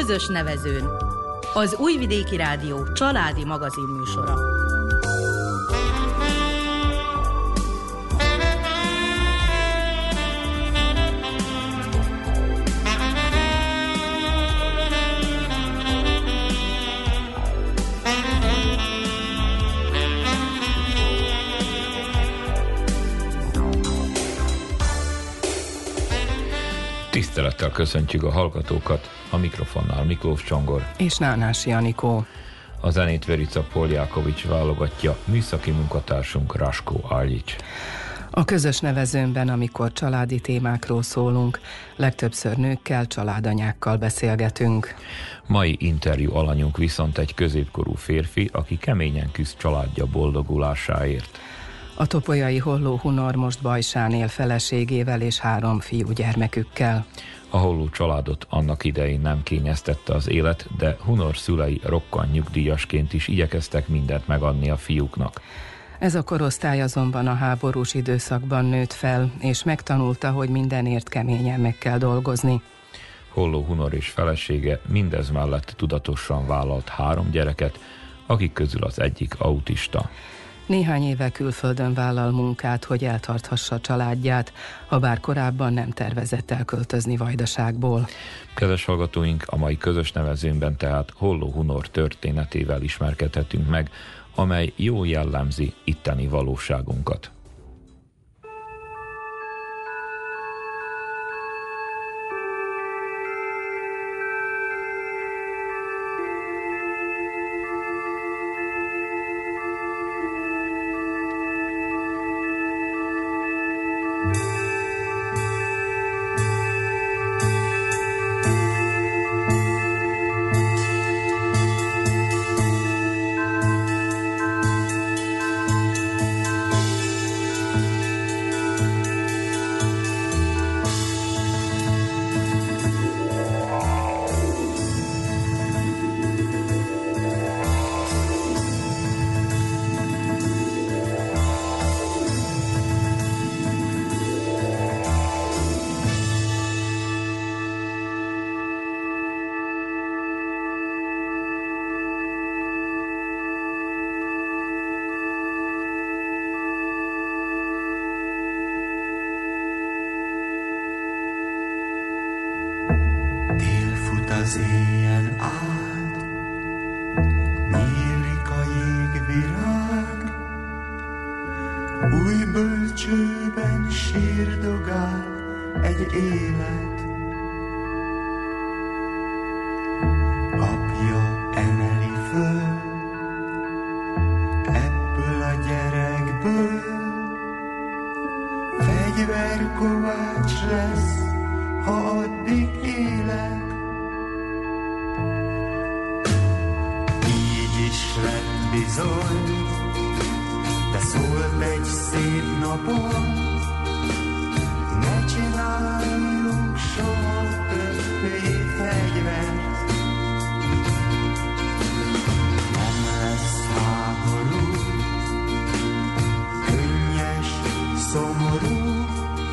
közös nevezőn. Az Újvidéki Rádió családi magazinműsora. Tisztelettel köszöntjük a hallgatókat, a mikrofonnál Miklós Csongor és Nánási Anikó. A zenét Verica Poljákovics válogatja, műszaki munkatársunk Raskó Ályics. A közös nevezőnben, amikor családi témákról szólunk, legtöbbször nőkkel, családanyákkal beszélgetünk. Mai interjú alanyunk viszont egy középkorú férfi, aki keményen küzd családja boldogulásáért. A topolyai Holló Hunor most Bajsán él feleségével és 3 fiúgyermekükkel. A Holló családot annak idején nem kényeztette az élet, de Hunor szülei rokkant nyugdíjasként is igyekeztek mindent megadni a fiúknak. Ez a korosztály azonban a háborús időszakban nőtt fel, és megtanulta, hogy mindenért keményen meg kell dolgozni. Holló Hunor és felesége mindez mellett tudatosan vállalt 3 gyereket, akik közül az egyik autista. Néhány éve külföldön vállal munkát, hogy eltarthassa a családját, habár korábban nem tervezett elköltözni Vajdaságból. Kedves hallgatóink, a mai közös nevezőnben tehát Holló Hunor történetével ismerkedhetünk meg, amely jól jellemzi itteni valóságunkat. Az éjjel át, nyílik a jégvirág, új bölcsőben sírdogál egy élet. Apja emeli föl, ebből a gyerekből fegyverkovács lesz, ha addig élek. Bizony, de szólt egy szép napon, ne csináljunk soha többé fegyvert. Nem lesz háború, könnyes, szomorú,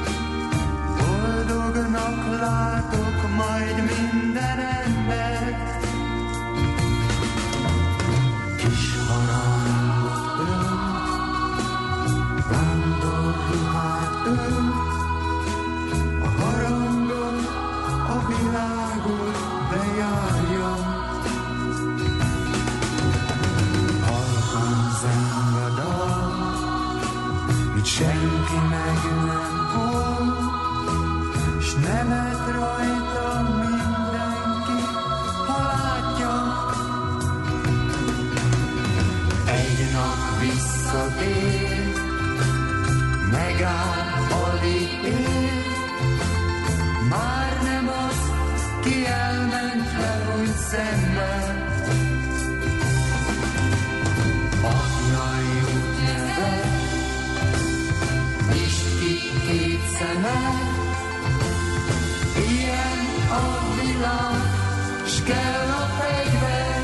boldognak látok majd minden embert. Senki meg nem hol, s nevet rajta mindenki, ha látja. Egy nap visszatér, megáll, alig ér, már nem az, ki elment lehúnyt szemmel. Apjai út neve, két szeme, ilyen a világ, s kell a fegyver.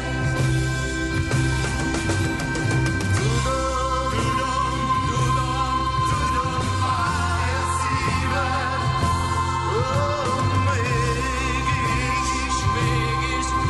Tudom, fáj a szíved, mégis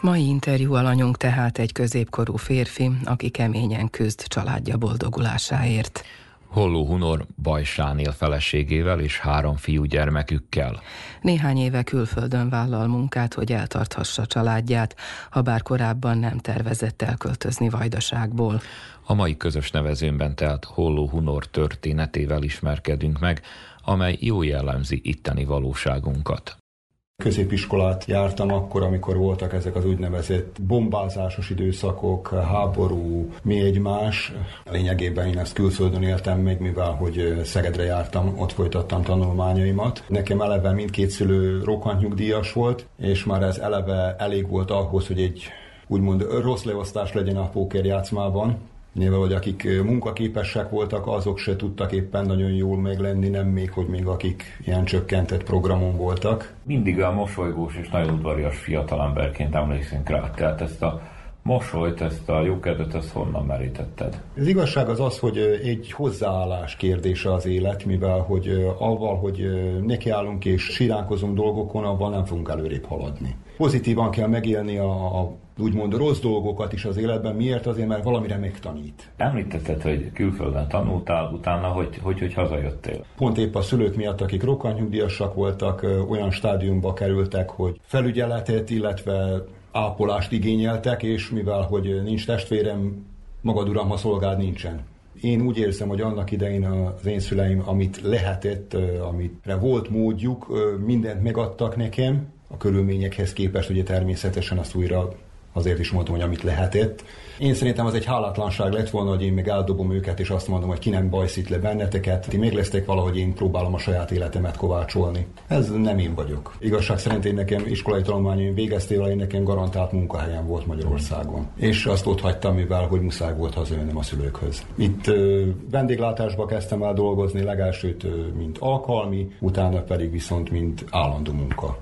Mai interjú alanyunk tehát egy középkorú férfi, aki keményen küzd családja boldogulásáért. Holló Hunor Bajsán él feleségével és 3 fiúgyermekükkel. Néhány éve külföldön vállal munkát, hogy eltarthassa családját, habár korábban nem tervezett elköltözni Vajdaságból. A mai közös nevezőnben tehát Holló Hunor történetével ismerkedünk meg, amely jól jellemzi itteni valóságunkat. Középiskolát jártam akkor, amikor voltak ezek az úgynevezett bombázásos időszakok, háború, mi egymás. Lényegében én ezt külföldön éltem meg, mivel hogy Szegedre jártam, ott folytattam tanulmányaimat. Nekem eleve mindkét szülő rokkantnyugdíjas volt, és már ez eleve elég volt ahhoz, hogy egy úgymond rossz leosztás legyen a pókerjátszmában. Nyilván, hogy akik munkaképesek voltak, azok se tudtak éppen nagyon jól meglenni, nem még akik ilyen csökkentett programon voltak. Mindig olyan mosolygós és nagyon udvarias fiatalemberként emlékszünk rá, tehát ezt a mosolyt, ezt a jókedvet, ezt honnan merítetted? Az igazság az, hogy egy hozzáállás kérdése az élet, mivel hogy avval, hogy nekiállunk és siránkozunk dolgokon, avval nem fogunk előrébb haladni. Pozitívan kell megélni a úgymond rossz dolgokat is az életben. Miért? Azért, mert valamire megtanít. Említetted, hogy külföldön tanultál, utána hogy hazajöttél? Pont épp a szülők miatt, akik rokkantnyugdíjasak voltak, olyan stádiumba kerültek, hogy felügyeletet, illetve ápolást igényeltek, és mivel hogy nincs testvérem, magad uram, ha szolgád nincsen. Én úgy érzem, hogy annak idején az én szüleim, amit lehetett, amire volt módjuk, mindent megadtak nekem, a körülményekhez képest, ugye természetesen azt újra azért is mondtam, hogy amit lehetett. Én szerintem az egy hálátlanság lett volna, hogy én meg eldobom őket, és azt mondom, hogy ki nem bajszít le benneteket. Ti még lesztek valahogy, én próbálom a saját életemet kovácsolni. Ez nem én vagyok. Igazság szerint én nekem iskolai tanulmányaim végeztével, én nekem garantált munkahelyem volt Magyarországon. És azt ott hagytam, mivel hogy muszáj volt hazajönnöm a szülőkhöz. Itt vendéglátásba kezdtem el dolgozni, legelsőt mint alkalmi, utána pedig viszont mint állandó munka.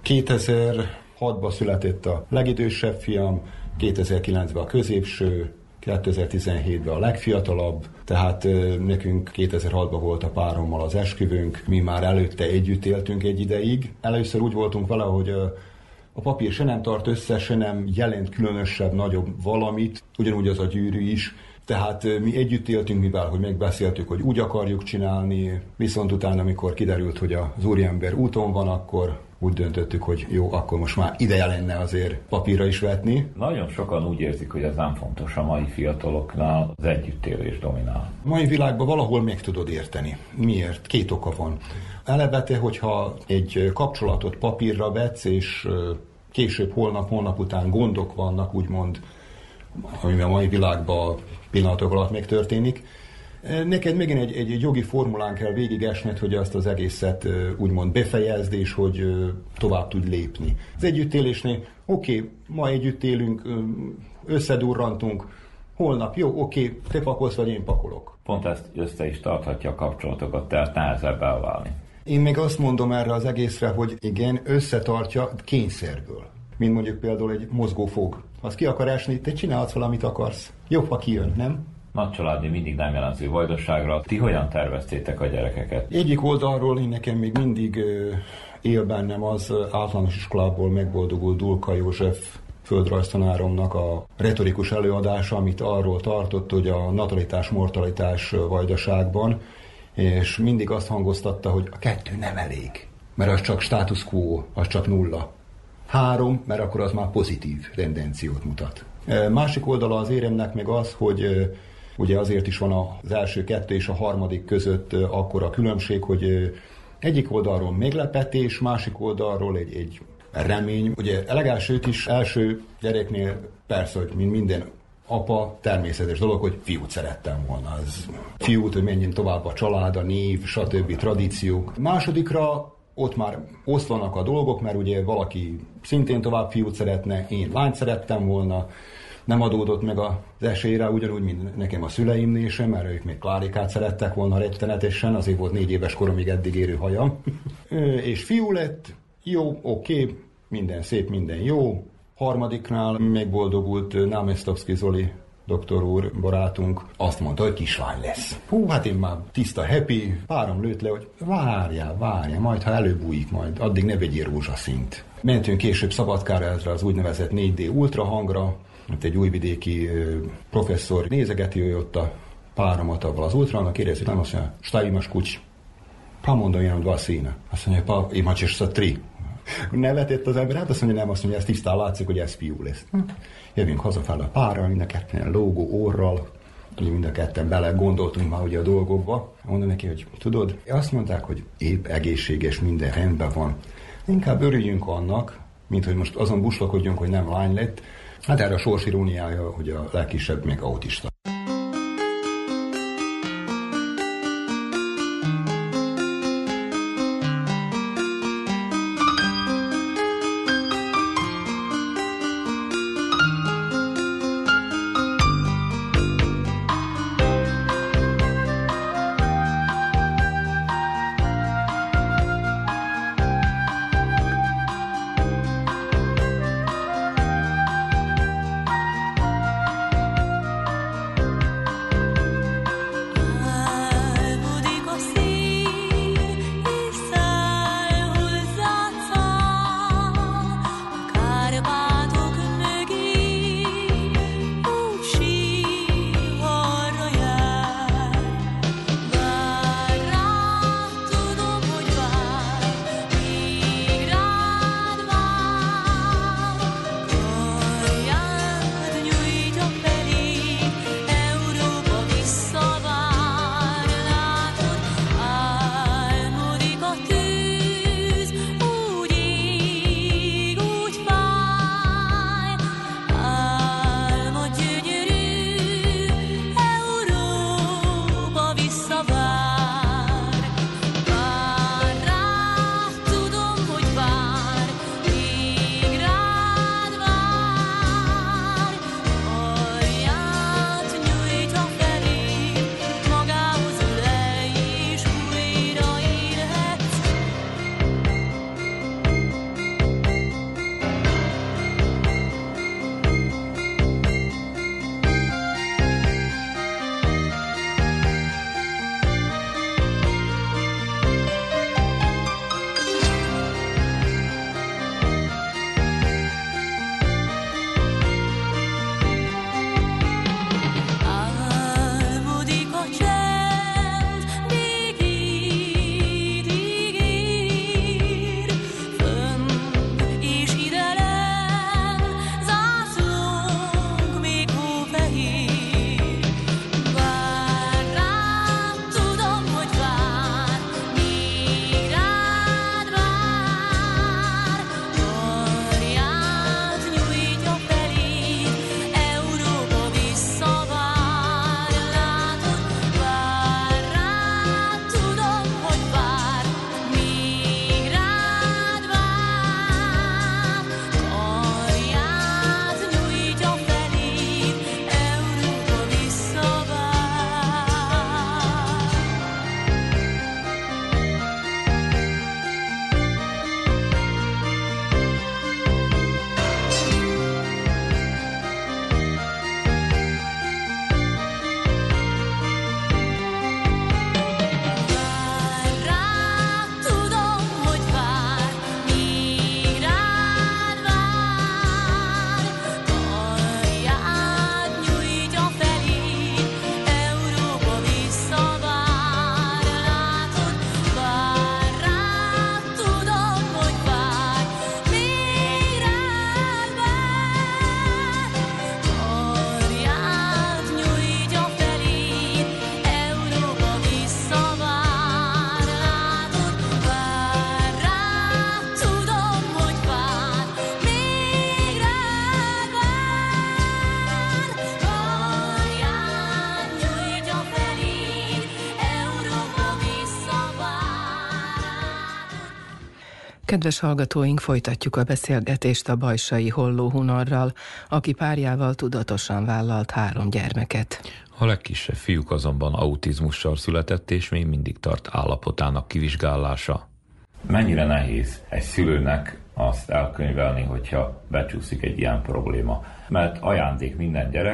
2006-ban született a legidősebb fiam, 2009-ben a középső, 2017-ben a legfiatalabb, tehát nekünk 2006-ban volt a párommal az esküvőnk, mi már előtte együtt éltünk egy ideig. Először úgy voltunk vele, hogy a papír se nem tart össze, se nem jelent különösebb, nagyobb valamit, ugyanúgy az a gyűrű is. Tehát mi együtt éltünk, mivel hogy megbeszéltük, hogy úgy akarjuk csinálni, viszont utána, amikor kiderült, hogy az úriember úton van, akkor úgy döntöttük, hogy jó, akkor most már ideje lenne azért papírra is vetni. Nagyon sokan úgy érzik, hogy ez nem fontos a mai fiataloknál, az együttélés dominál. A mai világban valahol meg tudod érteni. Miért? 2 oka van. Eleve, hogyha egy kapcsolatot papírra vetsz, és később holnap után gondok vannak, úgymond, ami a mai világban pillanatok alatt megtörténik, neked megint egy jogi formulán kell végigesned, hogy azt az egészet úgymond befejezd, és hogy tovább tudj lépni. Az együttélésnél, oké, ma együtt élünk, összedurrantunk, holnap jó, oké, te pakolsz, vagy én pakolok. Pont ezt össze is tarthatja a kapcsolatokat, tehát nehezebb elválni. Én meg azt mondom erre az egészre, hogy igen, összetartja kényszerből. Mint mondjuk például egy mozgó fog. Az ki akar esni, te csinálsz valamit akarsz. Jobb, ha kijön, nem? Nagycsaládni mindig nem jellemző Vajdaságra. Ti hogyan terveztétek a gyerekeket? Egyik oldalról én nekem még mindig él bennem az általános iskolából megboldogult Dulka József földrajztanáromnak a retorikus előadása, amit arról tartott, hogy a natalitás-mortalitás Vajdaságban, és mindig azt hangoztatta, hogy a 2 nem elég, mert az csak status quo, az csak 0. 3, mert akkor az már pozitív tendenciót mutat. Másik oldala az éremnek meg az, hogy ugye azért is van az első 2 és a harmadik között akkora különbség, hogy egyik oldalról meglepetés, másik oldalról egy remény. Ugye a legelsőt is, első gyereknél persze, hogy minden apa természetes dolog, hogy fiút szerettem volna. Az fiút, hogy menjen tovább a család, a név, stb. Tradíciók. Másodikra ott már oszlanak a dolgok, mert ugye valaki szintén tovább fiút szeretne, én lányt szerettem volna, nem adódott meg az esélyre, ugyanúgy, mint nekem a szüleimnél sem, mert ők még Klárikát szerettek volna rettenetesen, azért volt 4 éves koromig eddig érő hajam. És fiú lett, jó, oké, minden szép, minden jó. Harmadiknál megboldogult Námesztowski Zoli doktor úr, barátunk, azt mondta, hogy kislány lesz. Hú, hát én már tiszta happy, párom lőtt le, hogy várjál, majd ha előbújik, majd addig ne vegyél rózsaszínt. Mentünk később Szabadkára ezre az úgynevezett 4D ultrahangra, itt egy újvidéki professzor nézegeti, hogy ott a páromat avval az ultrahannak, kérdezi, nem azt mondja, stavimaš kući. Pa mondom, jön dva színe. Azt mondja, pa imaćeš sa 3. Nevetett az ember, hát azt mondja, nem, azt mondja, ez tisztán látszik, hogy ez fiú lesz. Jövünk hazafele a párral, mind a ketten lógó orral, mind a ketten bele gondoltunk már ugye a dolgokba. Mondom neki, hogy tudod, azt mondták, hogy épp egészséges, minden rendben van. Inkább örüljünk annak, mint hogy most azon buslakodjunk, hogy nem lány lett. Hát erre a sors iróniája, hogy a legkisebb még autista. Kedves hallgatóink, folytatjuk a beszélgetést a bajsai Holló Hunorral, aki párjával tudatosan vállalt 3 gyermeket. A legkisebb fiúk azonban autizmussal született, és még mindig tart állapotának kivizsgálása. Mennyire nehéz egy szülőnek azt elkönyvelni, hogyha becsúszik egy ilyen probléma? Mert ajándék minden gyerek,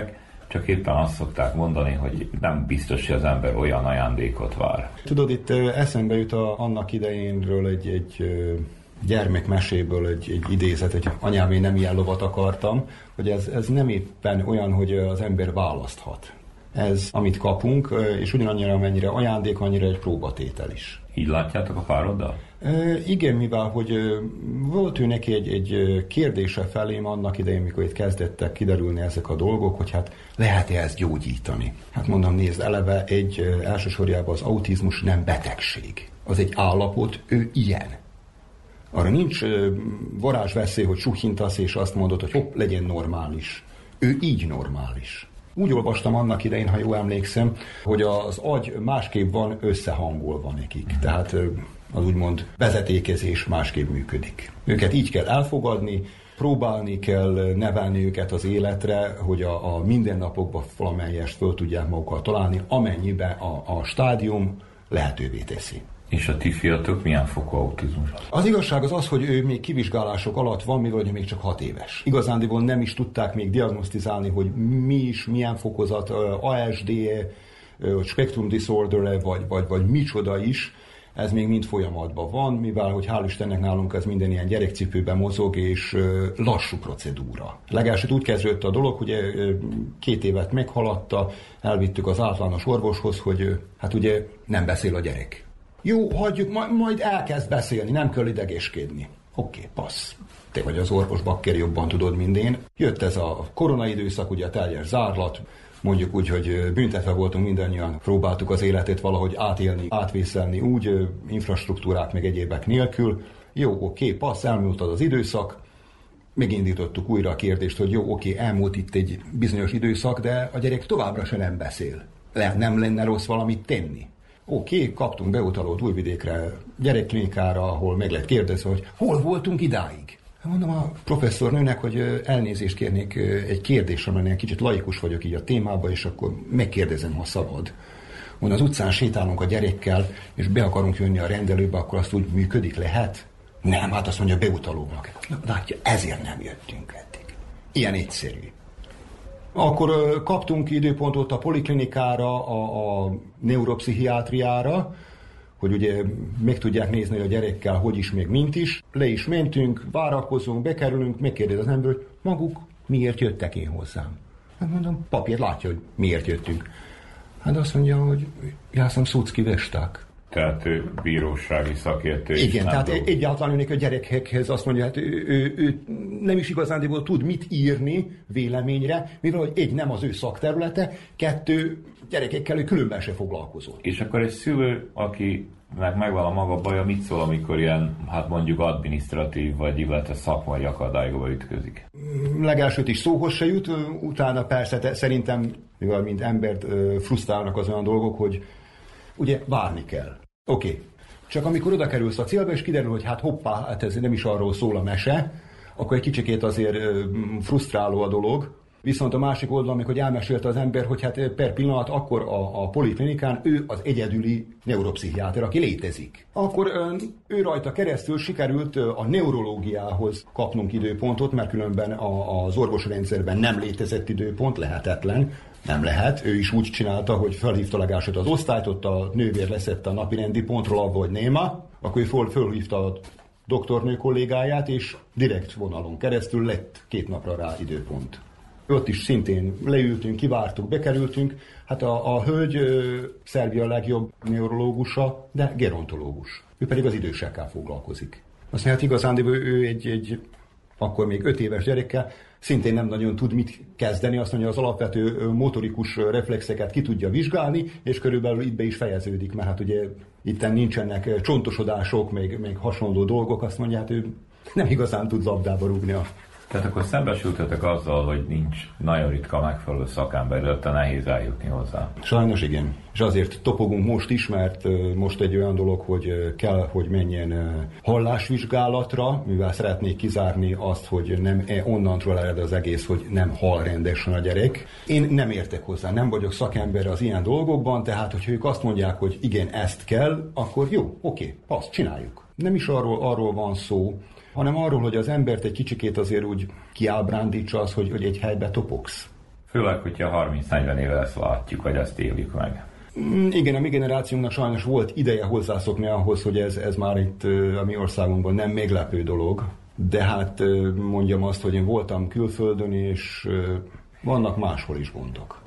Csak éppen azt szokták mondani, hogy nem biztos, hogy az ember olyan ajándékot vár. Tudod, itt eszembe jut annak idejénről egy gyermekmeséből egy idézet, hogy anyám, én nem ilyen lovat akartam, hogy ez nem éppen olyan, hogy az ember választhat. Ez, amit kapunk, és ugyanannyira, amennyire ajándék, annyira egy próbatétel is. Így látjátok a pároddal? Igen, mivel hogy volt ő neki egy kérdése felém annak idején, mikor itt kezdettek kiderülni ezek a dolgok, hogy hát lehet-e ezt gyógyítani? Hát mondom, nézd, eleve elsősorjában az autizmus nem betegség. Az egy állapot, ő ilyen. Arra nincs varázsveszély, hogy suhintasz és azt mondod, hogy hopp, legyen normális. Ő így normális. Úgy olvastam annak idején, ha jól emlékszem, hogy az agy másképp van összehangolva nekik. Tehát az úgymond vezetékezés másképp működik. Őket így kell elfogadni, próbálni kell nevelni őket az életre, hogy a mindennapokban valamelyest föl tudják magukat találni, amennyiben a stádium lehetővé teszi. És a ti fiatok milyen fokú autizmus? Az igazság az, hogy ő még kivizsgálások alatt van, mivel még csak 6 éves. Igazándiból nem is tudták még diagnosztizálni, hogy mi is, milyen fokozat, ASD, Spectrum Disorder, vagy micsoda is. Ez még mind folyamatban van, mivel, hogy hál' Istennek nálunk ez minden ilyen gyerekcipőben mozog, és lassú procedúra. Legelsőt úgy kezdődött a dolog, hogy 2 évet meghaladta, elvittük az általános orvoshoz, hogy hát ugye nem beszél a gyerek. Jó, hagyjuk, majd elkezd beszélni, nem kell idegeskedni. Oké, passz. Te vagy az orvos, bakker, jobban tudod, mint én. Jött ez a koronaidőszak, ugye a teljes zárlat, mondjuk úgy, hogy büntetve voltunk mindannyian, próbáltuk az életet valahogy átélni, átvészelni úgy, infrastruktúrák meg egyébek nélkül. Jó, oké, passz, elmúlt az időszak, megindítottuk újra a kérdést, hogy jó, oké, elmúlt itt egy bizonyos időszak, de a gyerek továbbra se nem beszél. Nem lenne rossz valamit tenni. Oké, kaptunk beutalót Újvidékre, gyerekklinikára, ahol meg lehet kérdezni, hogy hol voltunk idáig. Mondom a professzornőnek, hogy elnézést kérnék egy kérdésre, mert én kicsit laikus vagyok így a témában, és akkor megkérdezem, ha szabad. Mondom, az utcán sétálunk a gyerekkel, és be akarunk jönni a rendelőbe, akkor azt úgy működik, lehet? Nem, hát azt mondja beutalónak. Látja, ezért nem jöttünk eddig. Ilyen egyszerű. Akkor kaptunk időpontot a poliklinikára, a neuropszichiátriára, hogy ugye meg tudják nézni, hogy a gyerekkel hogy is, még mint is. Le is mentünk, várakozunk, bekerülünk, megkérdez az ember, hogy maguk miért jöttek én hozzám. Hát mondom, papír látja, hogy miért jöttünk. Hát azt mondja, hogy jászom szucki vesták. Tehát ő bírósági szakértő. Igen, tehát egyáltalán a gyerekekhez azt mondja, hát ő nem is igazándiból tud mit írni véleményre, mivel hogy egy nem az ő szakterülete, 2 gyerekekkel ő különben se foglalkozott. És akkor egy szülő, akinek megvan a maga baja, mit szól, amikor ilyen, hát mondjuk adminisztratív, vagy illetve szakmai akadályokba ütközik? Legelsőt is szóhoz se jut, utána persze szerintem, mivel mint embert frusztrálnak az olyan dolgok, hogy ugye várni kell. Oké. Csak amikor oda kerülsz a célba, és kiderül, hogy hát hoppá, hát ez nem is arról szól a mese, akkor egy kicsikét azért frusztráló a dolog. Viszont a másik oldalon, amikor elmesélte az ember, hogy hát per pillanat akkor a poliklinikán ő az egyedüli neuropszichiáter, aki létezik. Akkor ő rajta keresztül sikerült a neurológiához kapnunk időpontot, mert különben az orvosrendszerben nem létezett időpont, lehetetlen. Nem lehet. Ő is úgy csinálta, hogy felhívta legelsőt az osztályt, ott a nővér leszette a napirendi pontról, abba, hogy néma, akkor ő fölhívta a doktornő kollégáját, és direkt vonalon keresztül lett 2 napra rá időpont. Ott is szintén leültünk, kivártuk, bekerültünk. Hát a hölgy Szerbia legjobb neurológusa, de gerontológus. Ő pedig az idősekkel foglalkozik. Azt mondja, hát igazán ő egy akkor még 5 éves gyerekkel szintén nem nagyon tud mit kezdeni, azt mondja, az alapvető motorikus reflexeket ki tudja vizsgálni, és körülbelül itt be is fejeződik, mert hát ugye itten nincsenek csontosodások, még hasonló dolgok, azt mondja, hát ő nem igazán tud labdába rúgni. Tehát akkor szembesültetek azzal, hogy nincs nagyon ritka megfelelő szakember, illetve nehéz eljutni hozzá. Sajnos igen. És azért topogunk most is, mert most egy olyan dolog, hogy kell, hogy menjen hallásvizsgálatra, mivel szeretnék kizárni azt, hogy nem onnantól ered az egész, hogy nem hall rendesen a gyerek. Én nem értek hozzá, nem vagyok szakember az ilyen dolgokban, tehát hogyha ők azt mondják, hogy igen, ezt kell, akkor jó, oké, azt csináljuk. Nem is arról van szó, hanem arról, hogy az embert egy kicsikét azért úgy kiábrándítsa az, hogy egy helybe topogsz. Főleg, hogyha 30-40 éve ezt látjuk, vagy ezt éljük meg. Igen, a mi generációnknak sajnos volt ideje hozzászokni ahhoz, hogy ez már itt a mi országunkban nem meglepő dolog, de hát mondjam azt, hogy én voltam külföldön, és vannak máshol is gondok.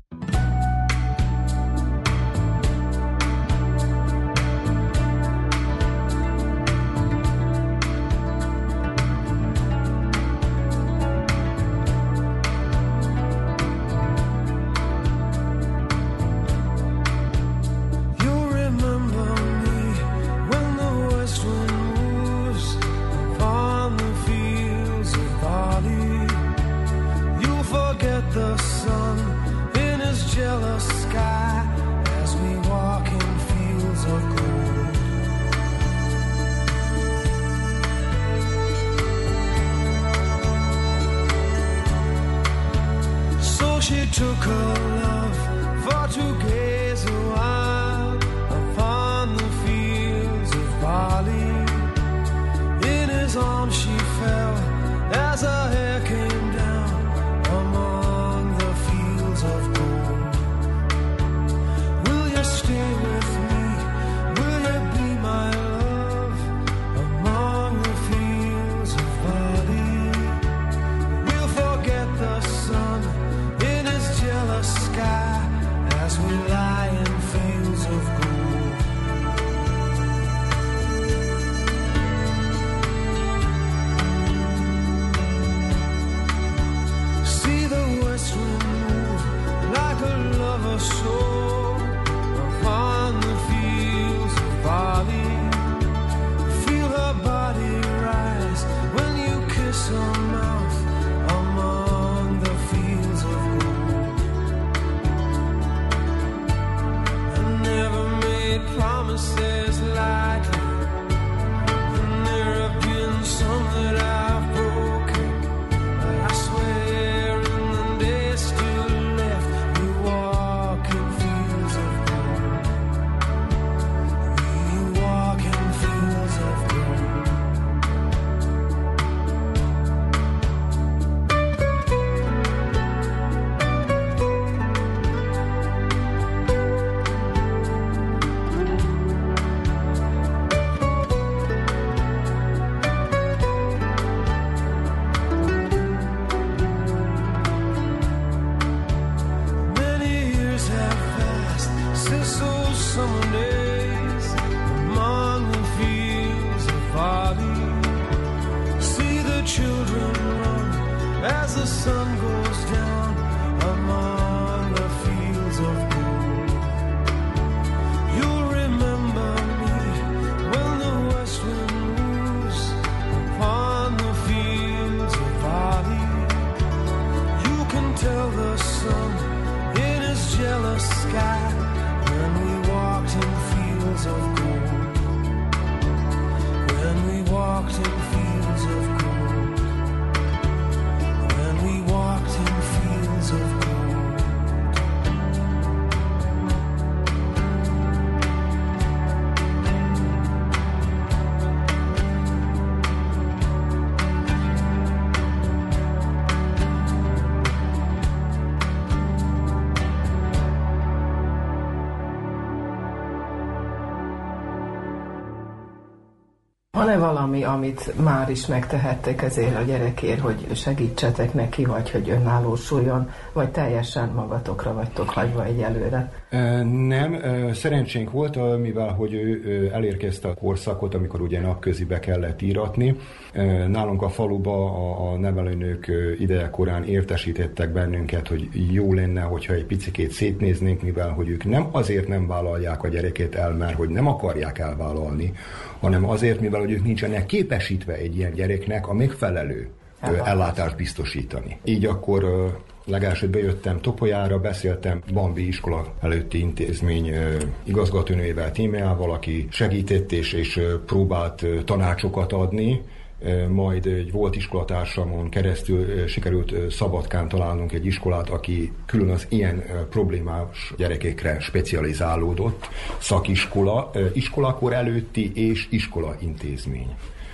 Van-e valami, amit már is megtehettek ezért a gyerekért, hogy segítsetek neki, vagy hogy önállósuljon, vagy teljesen magatokra vagytok hagyva egyelőre? Nem, szerencsénk volt, mivel hogy ő elérkezte a korszakot, amikor ugye napközibe kellett íratni. Nálunk a faluba a nevelőnők idejekorán értesítettek bennünket, hogy jó lenne, hogyha egy picikét szétnéznénk, mivel hogy ők nem azért nem vállalják a gyereket el, mert hogy nem akarják elvállalni, hanem azért, mivel hogy ők nincsenek képesítve egy ilyen gyereknek a megfelelő ellátást biztosítani. Így akkor legelsőbb bejöttem Topolyára, beszéltem Bambi iskola előtti intézmény igazgatónőjével, Tímeával, aki segített és próbált tanácsokat adni, majd egy volt iskolatársamon keresztül sikerült Szabadkán találnunk egy iskolát, aki külön az ilyen problémás gyerekekre specializálódott, szakiskola, iskolakor előtti és iskola intézmény.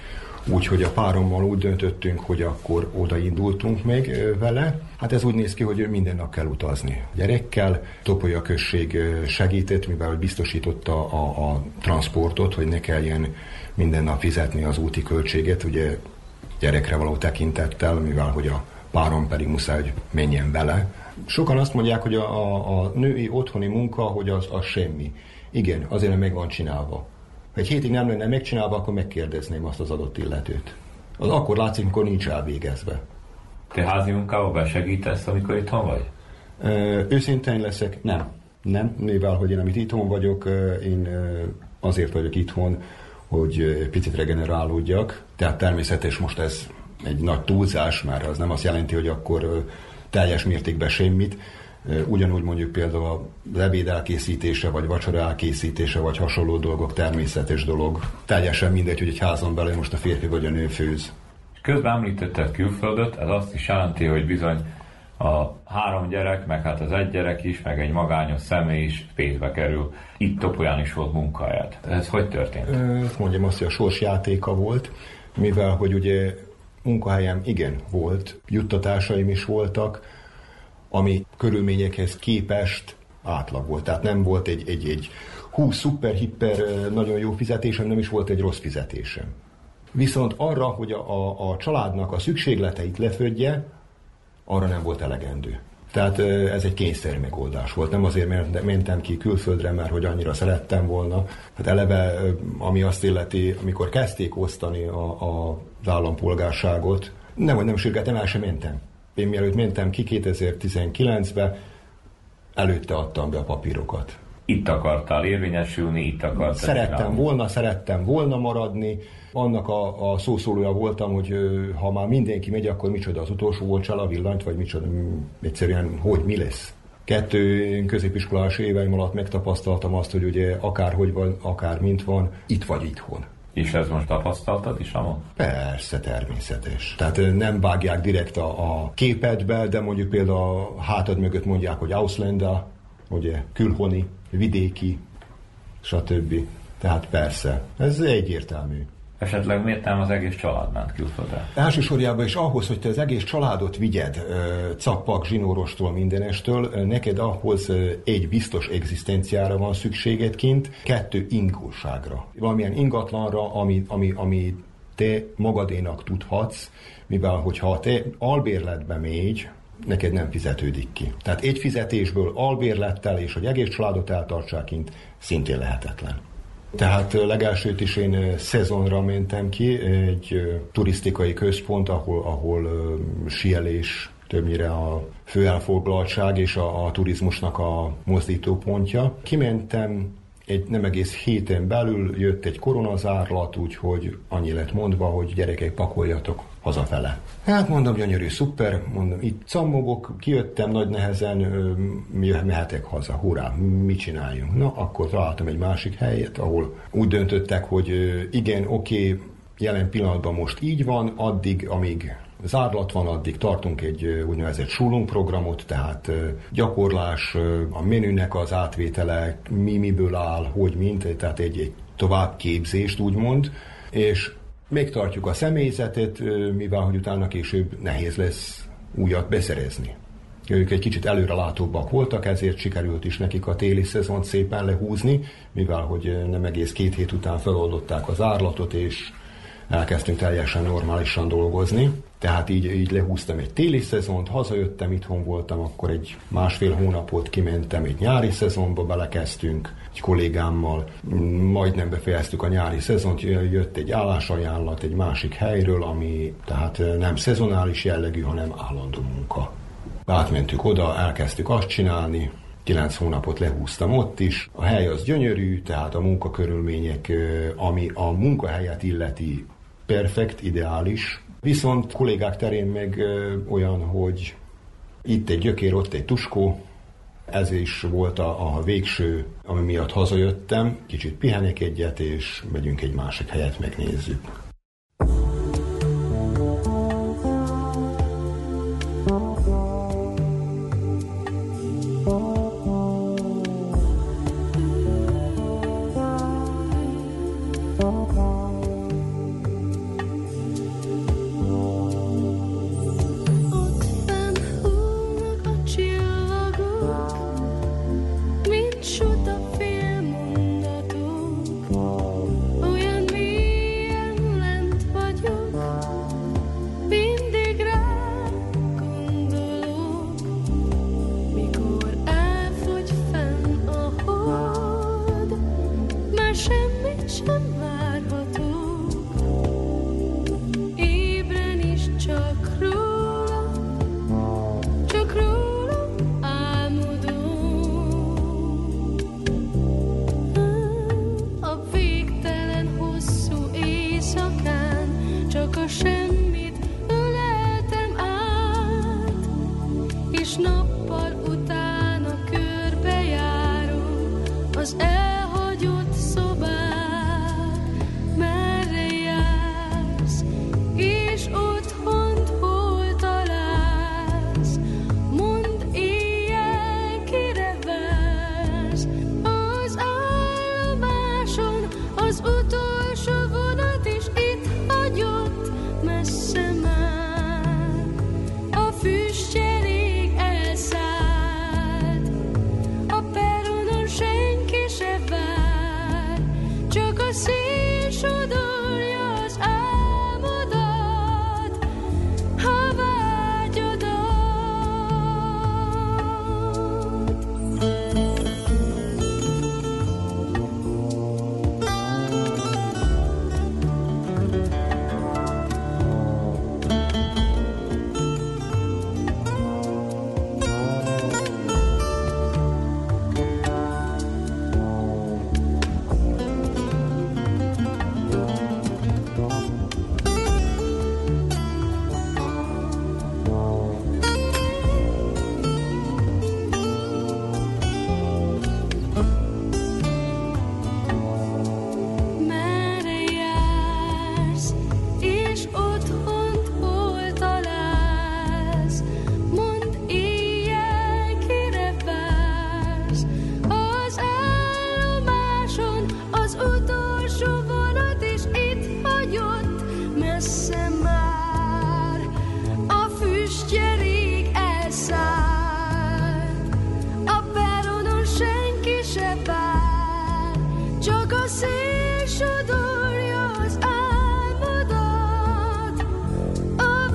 Úgyhogy a párommal úgy döntöttünk, hogy akkor odaindultunk még vele. Hát ez úgy néz ki, hogy minden nap kell utazni gyerekkel. Topolya község segített, mivel biztosította a transportot, hogy ne kelljen minden nap fizetni az úti költséget, ugye gyerekre való tekintettel, mivel hogy a párom pedig muszáj, hogy menjen vele. Sokan azt mondják, hogy a női otthoni munka, hogy az semmi. Igen, azért nem meg van csinálva. Ha egy hétig nem lenne megcsinálva, akkor megkérdezném azt az adott illetőt. Az akkor látszik, amikor nincs elvégezve. Te házi munkával besegítesz, amikor itthon vagy? Őszintén leszek, nem. Mivel, hogy én amit itthon vagyok, én azért vagyok itthon, hogy picit regenerálódjak. Tehát természetes, most ez egy nagy túlzás, mert az nem azt jelenti, hogy akkor teljes mértékben semmit. Ugyanúgy mondjuk például az ebéd elkészítése, vagy vacsora elkészítése, vagy hasonló dolgok természetes dolog. Teljesen mindegy, hogy egy házon belül most a férfi vagy a nő főz. Közben említetted külföldöt, ez azt is jelenti, hogy bizony a 3 gyerek, meg hát az 1 gyerek is, meg egy magányos személy is pénzbe kerül. Itt Topolyán is volt munkahelyed. Ez hogy történt? Mondjam azt, hogy a sorsjátéka volt, mivel hogy ugye munkahelyem igen volt, juttatásaim is voltak, ami körülményekhez képest átlag volt. Tehát nem volt egy szuper-hipper nagyon jó fizetésem, nem is volt egy rossz fizetésem. Viszont arra, hogy a családnak a szükségleteit lefödje, arra nem volt elegendő. Tehát ez egy kényszerű megoldás volt. Nem azért, mert mentem ki külföldre, mert hogy annyira szerettem volna. Hát eleve, ami azt illeti, amikor kezdték osztani az állampolgárságot, nem sürgettem, el sem mentem. Én mielőtt mentem ki 2019-be, előtte adtam be a papírokat. Itt akartál érvényesülni, itt akartál Szerettem volna maradni. Annak a szószólója voltam, hogy ha már mindenki megy, akkor micsoda az utolsó volt a villanyt, vagy micsoda, egyszerűen, hogy mi lesz. 2 középiskolás éveim alatt megtapasztaltam azt, hogy ugye akárhogy van, akár mint van, itt vagy itthon. És ez most tapasztaltad is, Amo? Persze, természetes. Tehát nem vágják direkt a képedbe, de mondjuk például a hátad mögött mondják, hogy Ausländer, ugye külhoni, vidéki, stb. Tehát persze, ez egyértelmű. Esetleg miért nem az egész család ment külföldre? Elsősorjában is ahhoz, hogy te az egész családot vigyed cappak, zsinórostól, mindenestől, neked ahhoz 1 biztos egzisztenciára van szükséged kint, 2 ingóságra. Valamilyen ingatlanra, ami te magadénak tudhatsz, mivel hogyha te albérletbe mégy, neked nem fizetődik ki. Tehát egy fizetésből albérlettel és hogy egész családot eltartsák kint, szintén lehetetlen. Tehát legelsőt is én szezonra mentem ki, egy turisztikai központ, ahol síelés többnyire a fő elfoglaltság és a turizmusnak a mozdítópontja. Kimentem, nem egész héten belül jött egy koronazárlat, úgyhogy annyi lett mondva, hogy gyerekek, pakoljatok hazafele. Hát mondom, gyönyörű, szuper, mondom, itt cammogok, kijöttem nagy nehezen, mehetek haza, hurrá, mit csináljunk? Na, akkor találtam egy másik helyet, ahol úgy döntöttek, hogy igen, oké, jelen pillanatban most így van, addig, amíg zárlat van, addig tartunk egy úgynevezett schulungprogramot, tehát gyakorlás, a menünek az átvétele, miből áll, hogy mint, tehát egy továbbképzést úgymond, és még tartjuk a személyzetet, mivel hogy utána később nehéz lesz újat beszerezni. Ők egy kicsit előrelátóbbak voltak, ezért sikerült is nekik a téli szezont szépen lehúzni, mivel hogy nem egész 2 hét után feloldották az árlatot, és elkezdtünk teljesen normálisan dolgozni. Tehát így lehúztam egy téli szezont, hazajöttem, itthon voltam, akkor egy 1,5 hónapot kimentem, egy nyári szezonba belekezdtünk egy kollégámmal, majdnem befejeztük a nyári szezont, jött egy állásajánlat egy másik helyről, ami tehát nem szezonális jellegű, hanem állandó munka. Átmentük oda, elkezdtük azt csinálni, 9 hónapot lehúztam ott is. A hely az gyönyörű, tehát a munkakörülmények, ami a munkahelyet illeti, perfekt, ideális. Viszont kollégák terén meg olyan, hogy itt egy gyökér, ott egy tuskó. Ez is volt a végső, ami miatt hazajöttem. Kicsit pihenek egyet, és megyünk egy másik helyet, megnézzük. sem várhatók, ébren is csak róla álmodom. A végtelen hosszú éjszakán csak a semmit öleltem át, és nappal utána körbejárom az elhagyott szobát. Merre jársz, és otthont hol találsz? Mondd, éjjel kire vársz? Az állomáson az utolsó vonat is itt hagyott, messze már. A füstjerig elszállt, a peronon senki se vár, csak a szél sodorja az álmodat, ha vágyodat. Merre jársz, és otthont hol találsz? Mondd, éjjel kire vársz? Az állomáson az utolsó vonat is itt hagyott, messze már. A füstje rég elszállt, a peronon senki se vár, csak a szél sodorja az álmodat, a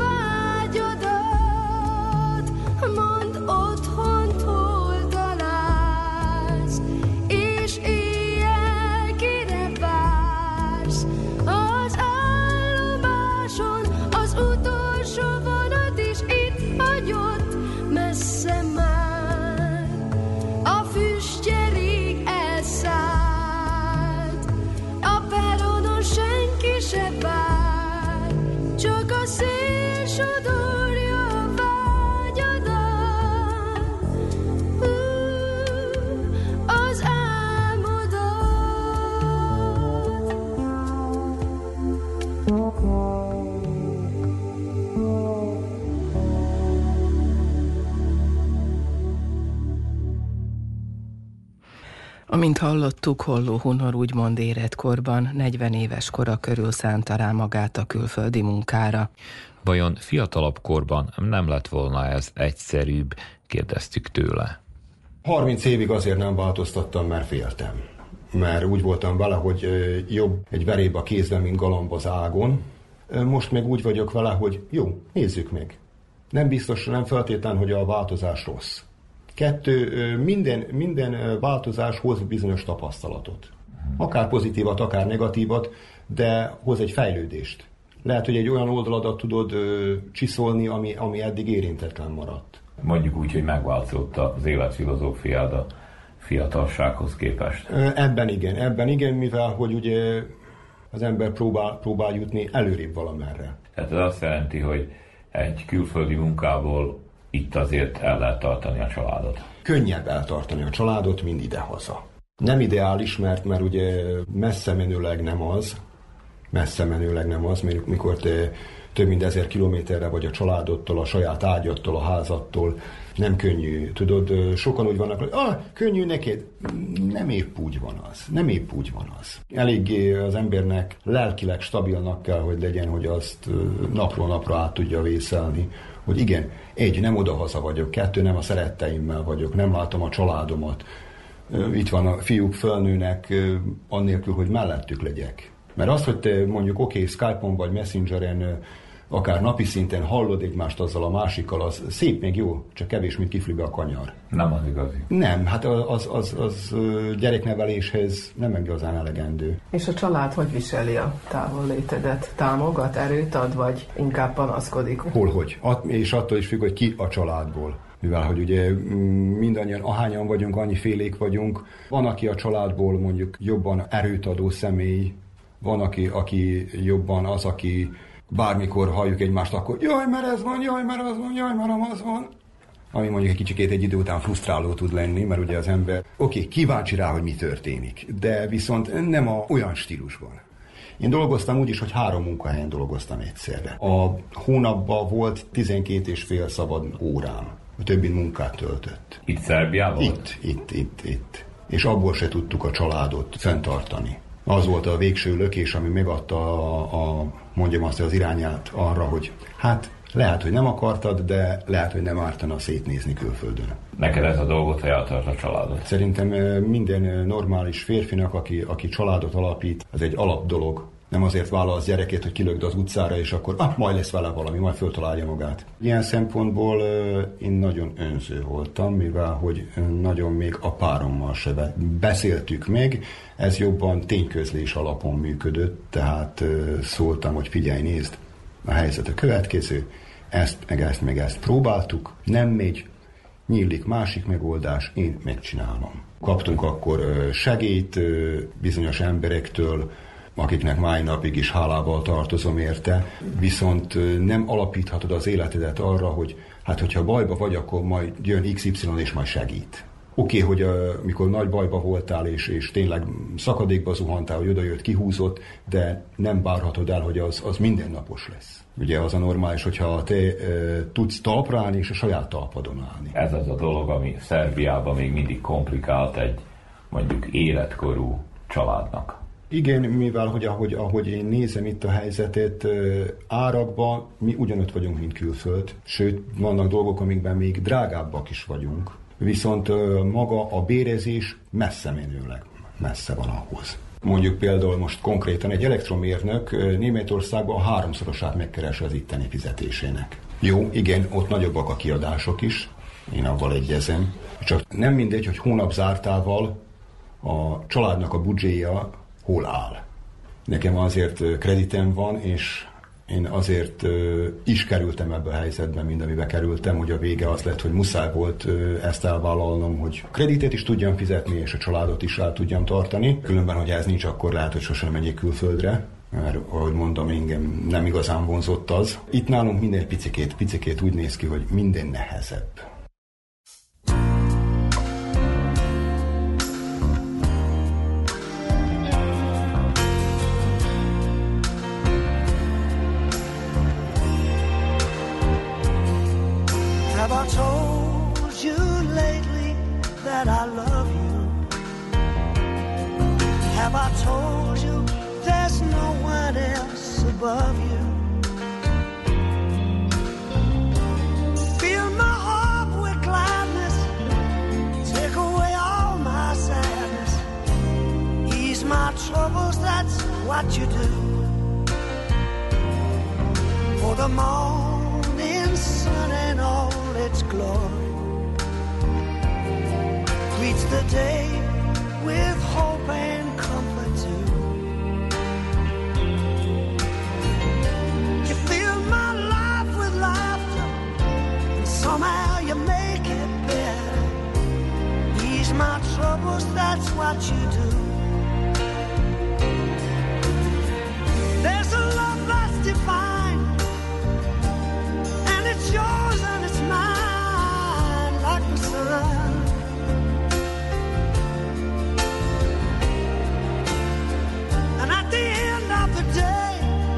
vágyodat. Mondd, otthont hol találsz, és éjjel kire vársz? Az állomáson az utolsó vonat is itt hagyott, messze már. A füstje rég elszállt, a peronon senki se vár, csak a szél sodorja a vágyadat, az álmodat. Amint hallottuk, Holló Hunor úgymond életkorban, 40 éves kora körül szánta rá magát a külföldi munkára. Vajon fiatalabb korban nem lett volna ez egyszerűbb? Kérdeztük tőle. 30 évig azért nem változtattam, mert féltem. Mert úgy voltam vele, hogy jobb egy veréb a kézben, mint galamb az ágon. Most meg úgy vagyok vele, hogy jó, nézzük meg. Nem biztos, nem feltétlen, hogy a változás rossz. 2, minden változás hoz bizonyos tapasztalatot. Akár pozitívat, akár negatívat, de hoz egy fejlődést. Lehet, hogy egy olyan oldaladat tudod csiszolni, ami eddig érintetlen maradt. Mondjuk úgy, hogy megváltozott az életfilozófiád a fiatalsághoz képest. Ebben igen, mivel hogy ugye az ember próbál jutni előrébb valamerre. Tehát ez azt jelenti, hogy egy külföldi munkából itt azért el lehet tartani a családot. Könnyebb eltartani a családot, mint idehaza. Nem ideális, mert ugye messze menőleg nem az, mikor te több mint 1000 kilométerre vagy a családodtól, a saját ágyadtól, a házattól. Nem könnyű. Tudod, sokan úgy vannak, hogy könnyű neked. Nem épp úgy van az. Eléggé az embernek lelkileg stabilnak kell, hogy legyen, hogy azt napról napra át tudja vészelni. Hogy igen, 1, nem odahaza vagyok, 2, nem a szeretteimmel vagyok, nem látom a családomat. Itt van a fiúk fölnőnek, annélkül, hogy mellettük legyek. Mert az, hogy te mondjuk Skype-on vagy Messengeren akár napi szinten hallod egymást azzal a másikkal, az szép, még jó, csak kevés, mint kiflibe a kanyar. Nem az igazi. Nem, hát az gyerekneveléshez nem igazán elegendő. És a család hogy viseli a távollétedet? Támogat, erőt ad, vagy inkább panaszkodik? Holhogy. És attól is függ, hogy ki a családból. Mivel, hogy ugye mindannyian, ahányan vagyunk, annyi félék vagyunk. Van, aki a családból mondjuk jobban erőt adó személy, van, aki jobban az, aki bármikor halljuk egymást, akkor jaj, mert ez van, jaj, mert az van, jaj, mert az van. Ami mondjuk egy kicsikét egy idő után frusztráló tud lenni, mert ugye az ember kíváncsi rá, hogy mi történik, de viszont nem olyan stílusban. Én dolgoztam úgy is, hogy 3 munkahelyen dolgoztam egyszerre. A hónapban volt 12,5 szabad órám. A többi munkát töltött. Itt Szerbiában? Itt. És abból se tudtuk a családot fenntartani. Az volt a végső lökés, ami megadta mondjam azt, az irányát arra, hogy hát lehet, hogy nem akartad, de lehet, hogy nem ártana szétnézni külföldön. Neked ez a dolgot, hogy eltart a családot? Szerintem minden normális férfinak, aki családot alapít, az egy alap dolog. Nem azért válasz gyerekét, hogy kilökd az utcára, és akkor majd lesz vele valami, majd föltalálja magát. Ilyen szempontból én nagyon önző voltam, mivel hogy nagyon még a párommal se beszéltük meg. Ez jobban tényközlés alapon működött, tehát szóltam, hogy figyelj, nézd, a helyzet a következő, ezt próbáltuk, nem megy, nyílik másik megoldás, én megcsinálom. Kaptunk akkor segélyt bizonyos emberektől, akiknek mai napig is hálával tartozom érte, viszont nem alapíthatod az életedet arra, hogy hát hogyha bajba vagy, akkor majd jön XY és majd segít. Oké, hogy mikor nagy bajba voltál és tényleg szakadékba zuhantál, hogy odajött, kihúzott, de nem várhatod el, hogy az mindennapos lesz. Ugye az a normális, hogyha te tudsz talpra állni és a saját talpadon állni. Ez az a dolog, ami Szerbiában még mindig komplikált egy mondjuk életkorú családnak. Igen, mivel ahogy én nézem itt a helyzetet, árakban mi ugyanott vagyunk, mint külföld, sőt, vannak dolgok, amikben még drágábbak is vagyunk, viszont maga a bérezés messze van ahhoz. Mondjuk például most konkrétan egy elektromérnök Németországban 3-szorosát megkeresi az itteni fizetésének. Jó, igen, ott nagyobbak a kiadások is, én avval egyezem, csak nem mindegy, hogy hónapzártával a családnak a budzséja hol áll. Nekem azért kreditem van, és én azért is kerültem ebbe a helyzetbe, mint amiben kerültem, hogy a vége az lett, hogy muszáj volt ezt elvállalnom, hogy kreditet is tudjam fizetni, és a családot is el tudjam tartani. Különben, hogy ez nincs, akkor lehet, hogy sosem megyek külföldre, mert ahogy mondom, engem nem igazán vonzott az. Itt nálunk minden picikét úgy néz ki, hogy minden nehezebb. Have I told you lately that I love you? Have I told you there's no one else above you? Fill my heart with gladness, take away all my sadness, ease my troubles, that's what you do. For the morning sun and all its glory greets the day with hope and comfort too. You fill my life with laughter, and somehow you make it better. Ease my troubles, that's what you do. There's a love that's divine, and it's yours and it's mine, like the sun. And at the end of the day,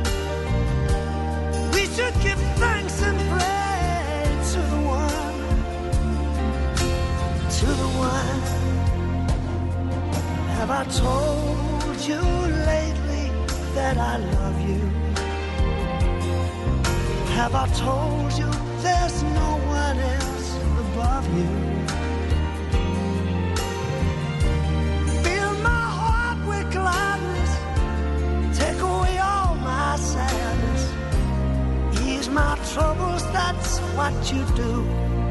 we should give thanks and pray to the one, to the one. Have I told you lately that I love you? Have I told you there's no one else above you? Fill my heart with gladness, take away all my sadness, what you do.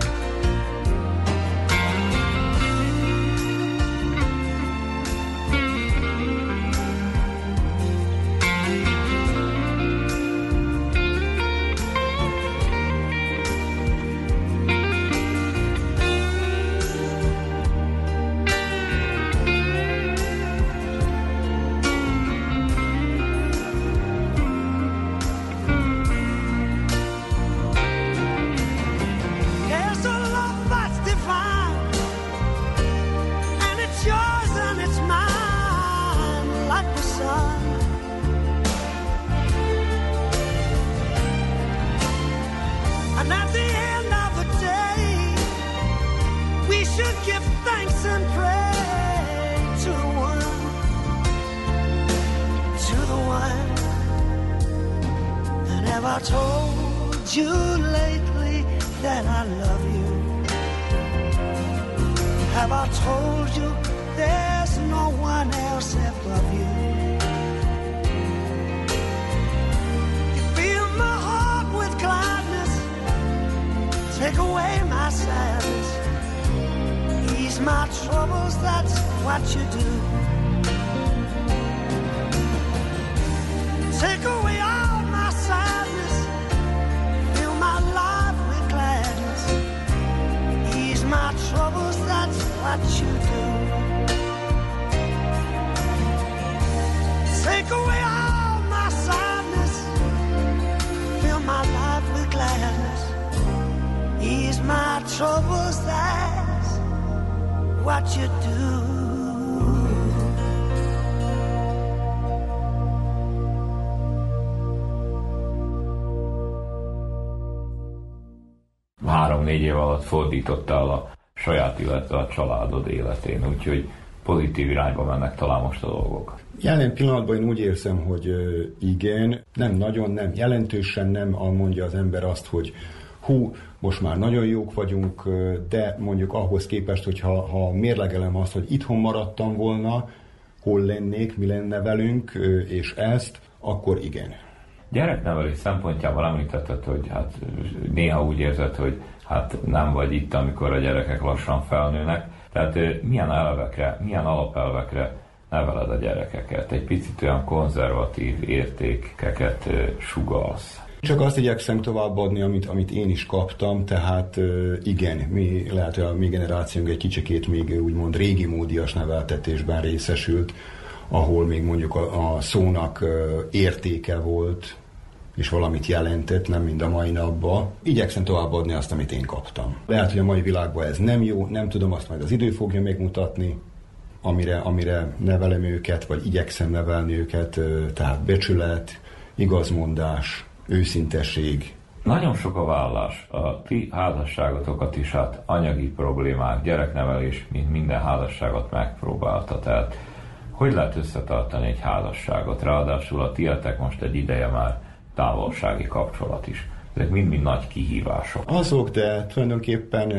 I told you lately that I love you? Have I told you there's no one else above you? You fill my heart with gladness, take away my sadness, ease my troubles, that's what you do. Take away all my sadness, fill my life with gladness, ease my troubles, that's what you do. Take away all my sadness, fill my life with gladness, ease my troubles, that's what you do. Három-négy év alatt fordítottál a saját, illetve a családod életén, úgyhogy pozitív irányba mennek talán most a dolgok. Jelen pillanatban én úgy érzem, hogy igen, nem nagyon, nem jelentősen nem mondja az ember azt, hogy hú, most már nagyon jók vagyunk, de mondjuk ahhoz képest, hogyha mérlegelem azt, hogy itthon maradtam volna, hol lennék, mi lenne velünk, és ezt, akkor igen. Gyereknevelés szempontjából említetted, hogy hát néha úgy érzed, hogy hát nem vagy itt, amikor a gyerekek lassan felnőnek. Tehát milyen elvekre, milyen alapelvekre neveled a gyerekeket? Egy picit olyan konzervatív értékeket sugallsz. Csak azt igyekszem továbbadni, amit én is kaptam, tehát igen, mi lehet, hogy a mi generációnk egy kicsikét még úgymond régi módias neveltetésben részesült, ahol még mondjuk a szónak értéke volt, és valamit jelentett, nem mind a mai napban. Igyekszem továbbadni azt, amit én kaptam. Lehet, hogy a mai világban ez nem jó, nem tudom, azt majd az idő fogja megmutatni, amire nevelem őket, vagy igyekszem nevelni őket, tehát becsület, igazmondás, őszintesség. Nagyon sok a vállás. A ti házasságotokat is hát anyagi problémák, gyereknevelés, mint minden házasságot megpróbálta. Tehát hogy lehet összetartani egy házasságot? Ráadásul a tietek most egy ideje már távolsági kapcsolat is. Ezek mind-mind nagy kihívások. Azok, de tulajdonképpen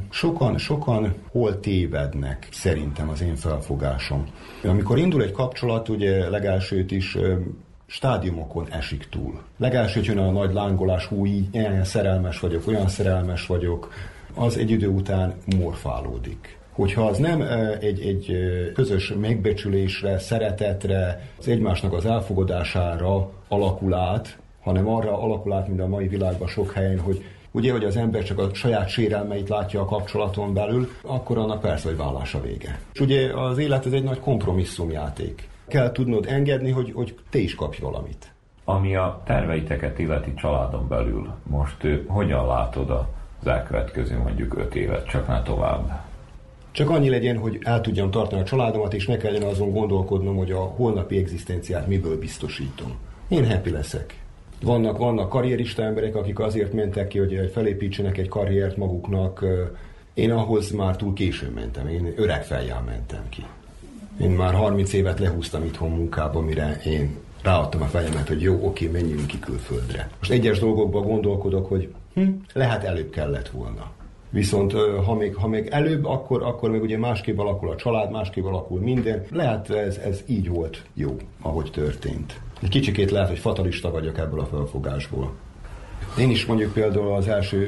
sokan hol tévednek, szerintem az én felfogásom. Amikor indul egy kapcsolat, ugye legelsőt is stádiumokon esik túl. Legelsőt jön a nagy lángolás, hú, így ilyen szerelmes vagyok, olyan szerelmes vagyok, az egy idő után morfálódik. Hogyha az nem egy közös megbecsülésre, szeretetre, az egymásnak az elfogadására alakul át, hanem arra alakul át, mint a mai világban sok helyen, hogy ugye, hogy az ember csak a saját sérelmeit látja a kapcsolaton belül, akkor annak persze, hogy válása vége. És ugye az élet ez egy nagy kompromisszumjáték. Kell tudnod engedni, hogy te is kapj valamit. Ami a terveiteket illeti családon belül, most hogyan látod az elkövetkező mondjuk 5 évet, csak ne tovább? Csak annyi legyen, hogy el tudjam tartani a családomat, és ne kelljen azon gondolkodnom, hogy a holnapi egzisztenciát miből biztosítom. Én happy leszek. Vannak karrierista emberek, akik azért mentek ki, hogy felépítsenek egy karriert maguknak. Én ahhoz már túl későn mentem, én öreg fejjel mentem ki. Én már 30 évet lehúztam itthon munkába, mire én ráadtam a fejemet, hogy jó, oké, menjünk ki külföldre. Most egyes dolgokban gondolkodok, hogy lehet előbb kellett volna. Viszont ha még előbb, akkor még ugye másképp alakul a család, másképp alakul minden. Lehet ez így volt jó, ahogy történt. Egy kicsikét lehet, hogy fatalista vagyok ebből a felfogásból. Én is mondjuk például az első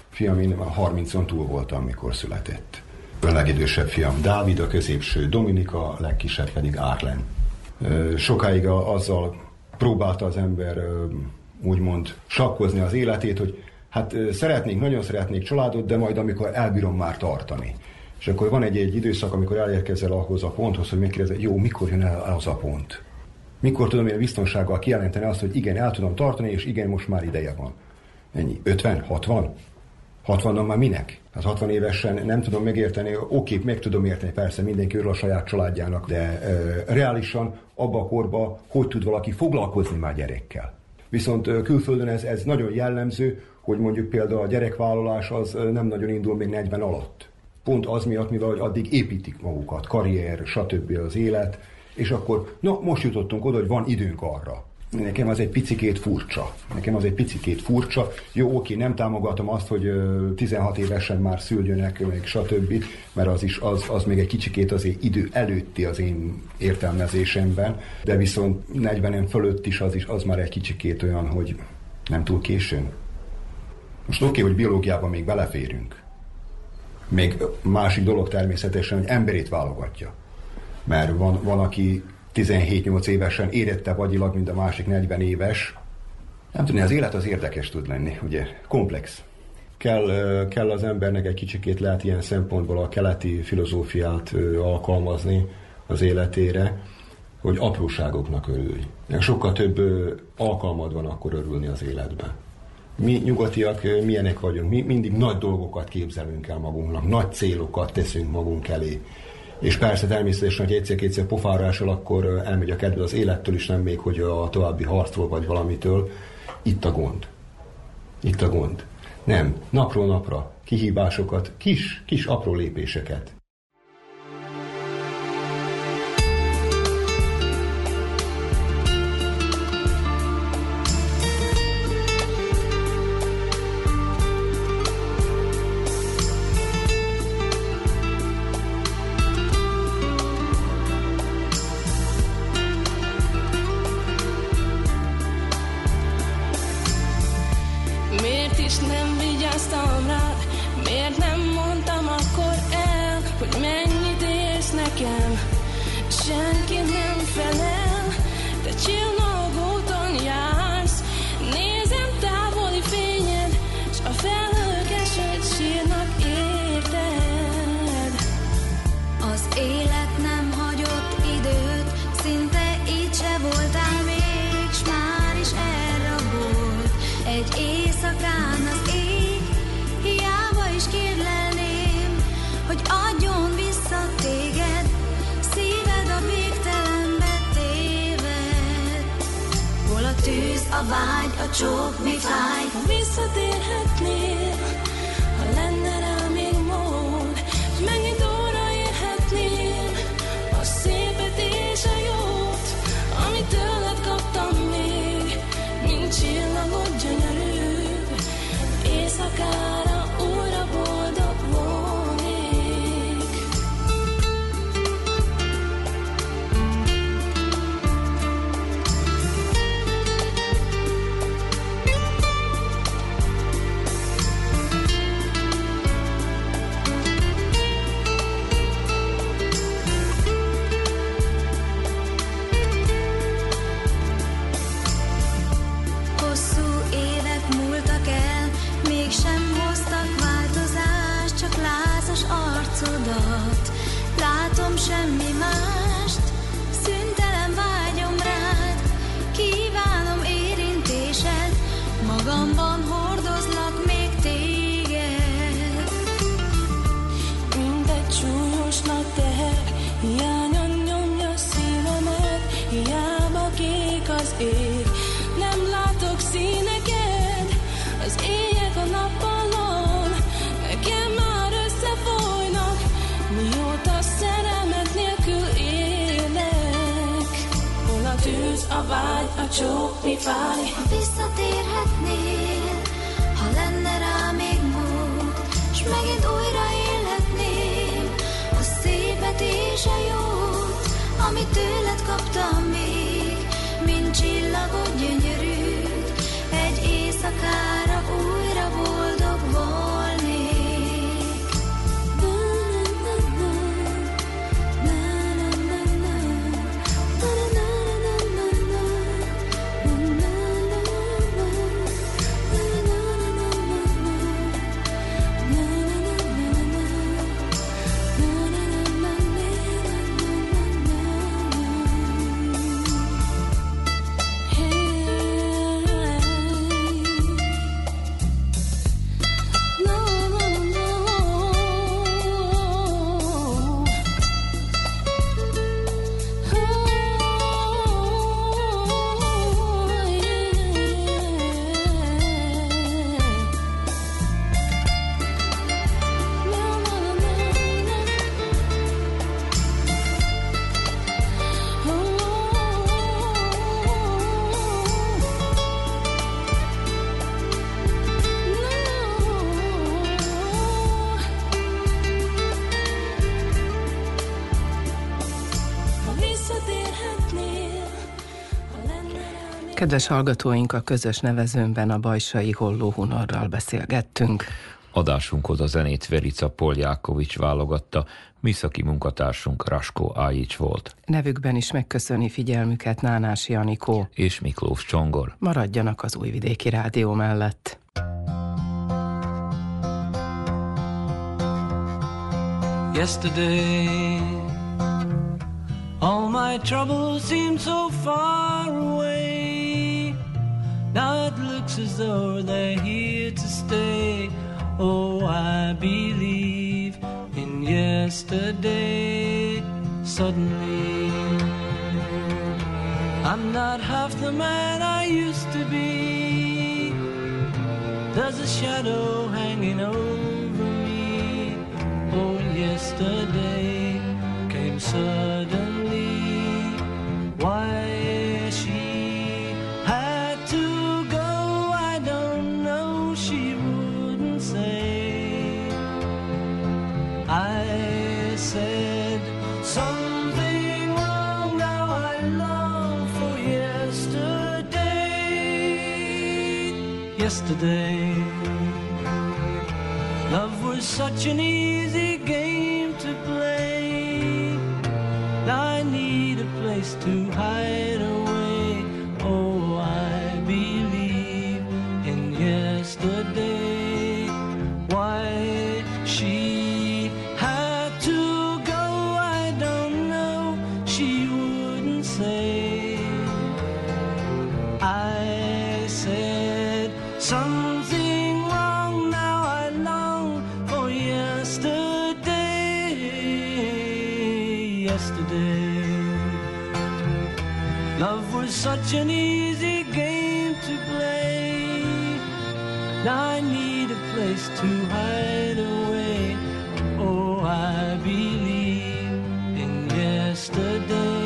Fiam, én 30-on túl voltam, amikor született. A legidősebb fiam Dávid, a középső Dominika, a legkisebb pedig Árlen. Sokáig azzal próbálta az ember úgymond sakkozni az életét, hogy hát nagyon szeretnék családot, de majd amikor elbírom már tartani. És akkor van egy időszak, amikor elérkezel ahhoz a ponthoz, hogy megkérdezed, jó, mikor jön el az a pont? Mikor tudom én biztonsággal kijelenteni azt, hogy igen, el tudom tartani, és igen, most már ideje van. Ennyi? 50? 60? 60-on már minek? Hát 60 évesen nem tudom megérteni, oké, meg tudom érteni, persze mindenki örül a saját családjának, de reálisan abba a korba hogy tud valaki foglalkozni már gyerekkel? Viszont külföldön ez nagyon jellemző, hogy mondjuk például a gyerekvállalás az nem nagyon indul még 40 alatt. Pont az miatt, mivel addig építik magukat, karrier, stb. Az élet, és akkor, most jutottunk oda, hogy van időnk arra. Nekem az egy picikét furcsa. Jó, oké, nem támogatom azt, hogy 16 évesen már szüljönnek, meg stb., mert az még egy kicsikét azért idő előtti az én értelmezésemben, de viszont 40-en fölött is az már egy kicsikét olyan, hogy nem túl későn. Most oké, hogy biológiában még beleférünk. Még másik dolog természetesen, hogy emberét válogatja. Mert van aki 17-8 évesen érettebb agyilag, mint a másik 40 éves. Nem tudni, az élet az érdekes tud lenni, ugye? Komplex. Kell az embernek egy kicsikét lehet ilyen szempontból a keleti filozófiát alkalmazni az életére, hogy apróságoknak örülj. Sokkal több alkalmad van akkor örülni az életben. Mi nyugatiak milyenek vagyunk, mi mindig nagy dolgokat képzelünk el magunknak, nagy célokat teszünk magunk elé. És persze természetesen, hogy egyszer-kétszer pofára esel, akkor elmegy a kedved az élettől is, nem még, hogy a további harcról vagy valamitől. Itt a gond. Nem, napról napra kihívásokat, kis apró lépéseket. A vágy, a csók, mi fáj, ha visszatérhetnél, ha lenne rá még mód, s megint óra érhetnél a szépet és a jót, amit tőled kaptam még, mint csillagot gyönyörűbb, éjszakára újra boldog volnék. Látom semmi mást, szüntelen vágyom rád, kívánom érintésed, magamban hordozlak még téged. Mindegy súlyos nagy teher, hiányon nyomja szívemet, hiába kék az ég, nem látok színeket, az éjek a nappalon, nekem már összefolynak, mióta szerelmet nélkül élek. Hol a tűz, a vágy, a csók, mi fáj, ha visszatérhetnél, ha lenne rá még mód, s megint újra élhetném a szépet és a jót, amit tőled kaptam még, mint csillagot gyönyörűt, egy éjszakára újra boldog volt. Kedves hallgatóink, a közös nevezőnben a Bajsai Holló Hunorral beszélgettünk. Adásunkhoz a zenét Verica Poljákovics válogatta, műszaki munkatársunk Raskó Ájics volt. Nevükben is megköszöni figyelmüket Nánás Janikó és Miklós Csongor. Maradjanak az Újvidéki Rádió mellett. Yesterday, all my troubles seem so far away. Now it looks as though they're here to stay. Oh, I believe in yesterday. Suddenly, I'm not half the man I used to be. There's a shadow hanging over me. Oh, yesterday came suddenly. Why she had to go, I don't know, she wouldn't say. I said something wrong, now I long for yesterday. Yesterday, love was such an easy game to play. Now I need a place to hide away. Oh, I believe in yesterday. Why she had to go, I don't know, she wouldn't say. I said something wrong, now I long for yesterday. Yesterday, love was such an easy game to play. Now I need a place to hide away. Oh, I believe in yesterday.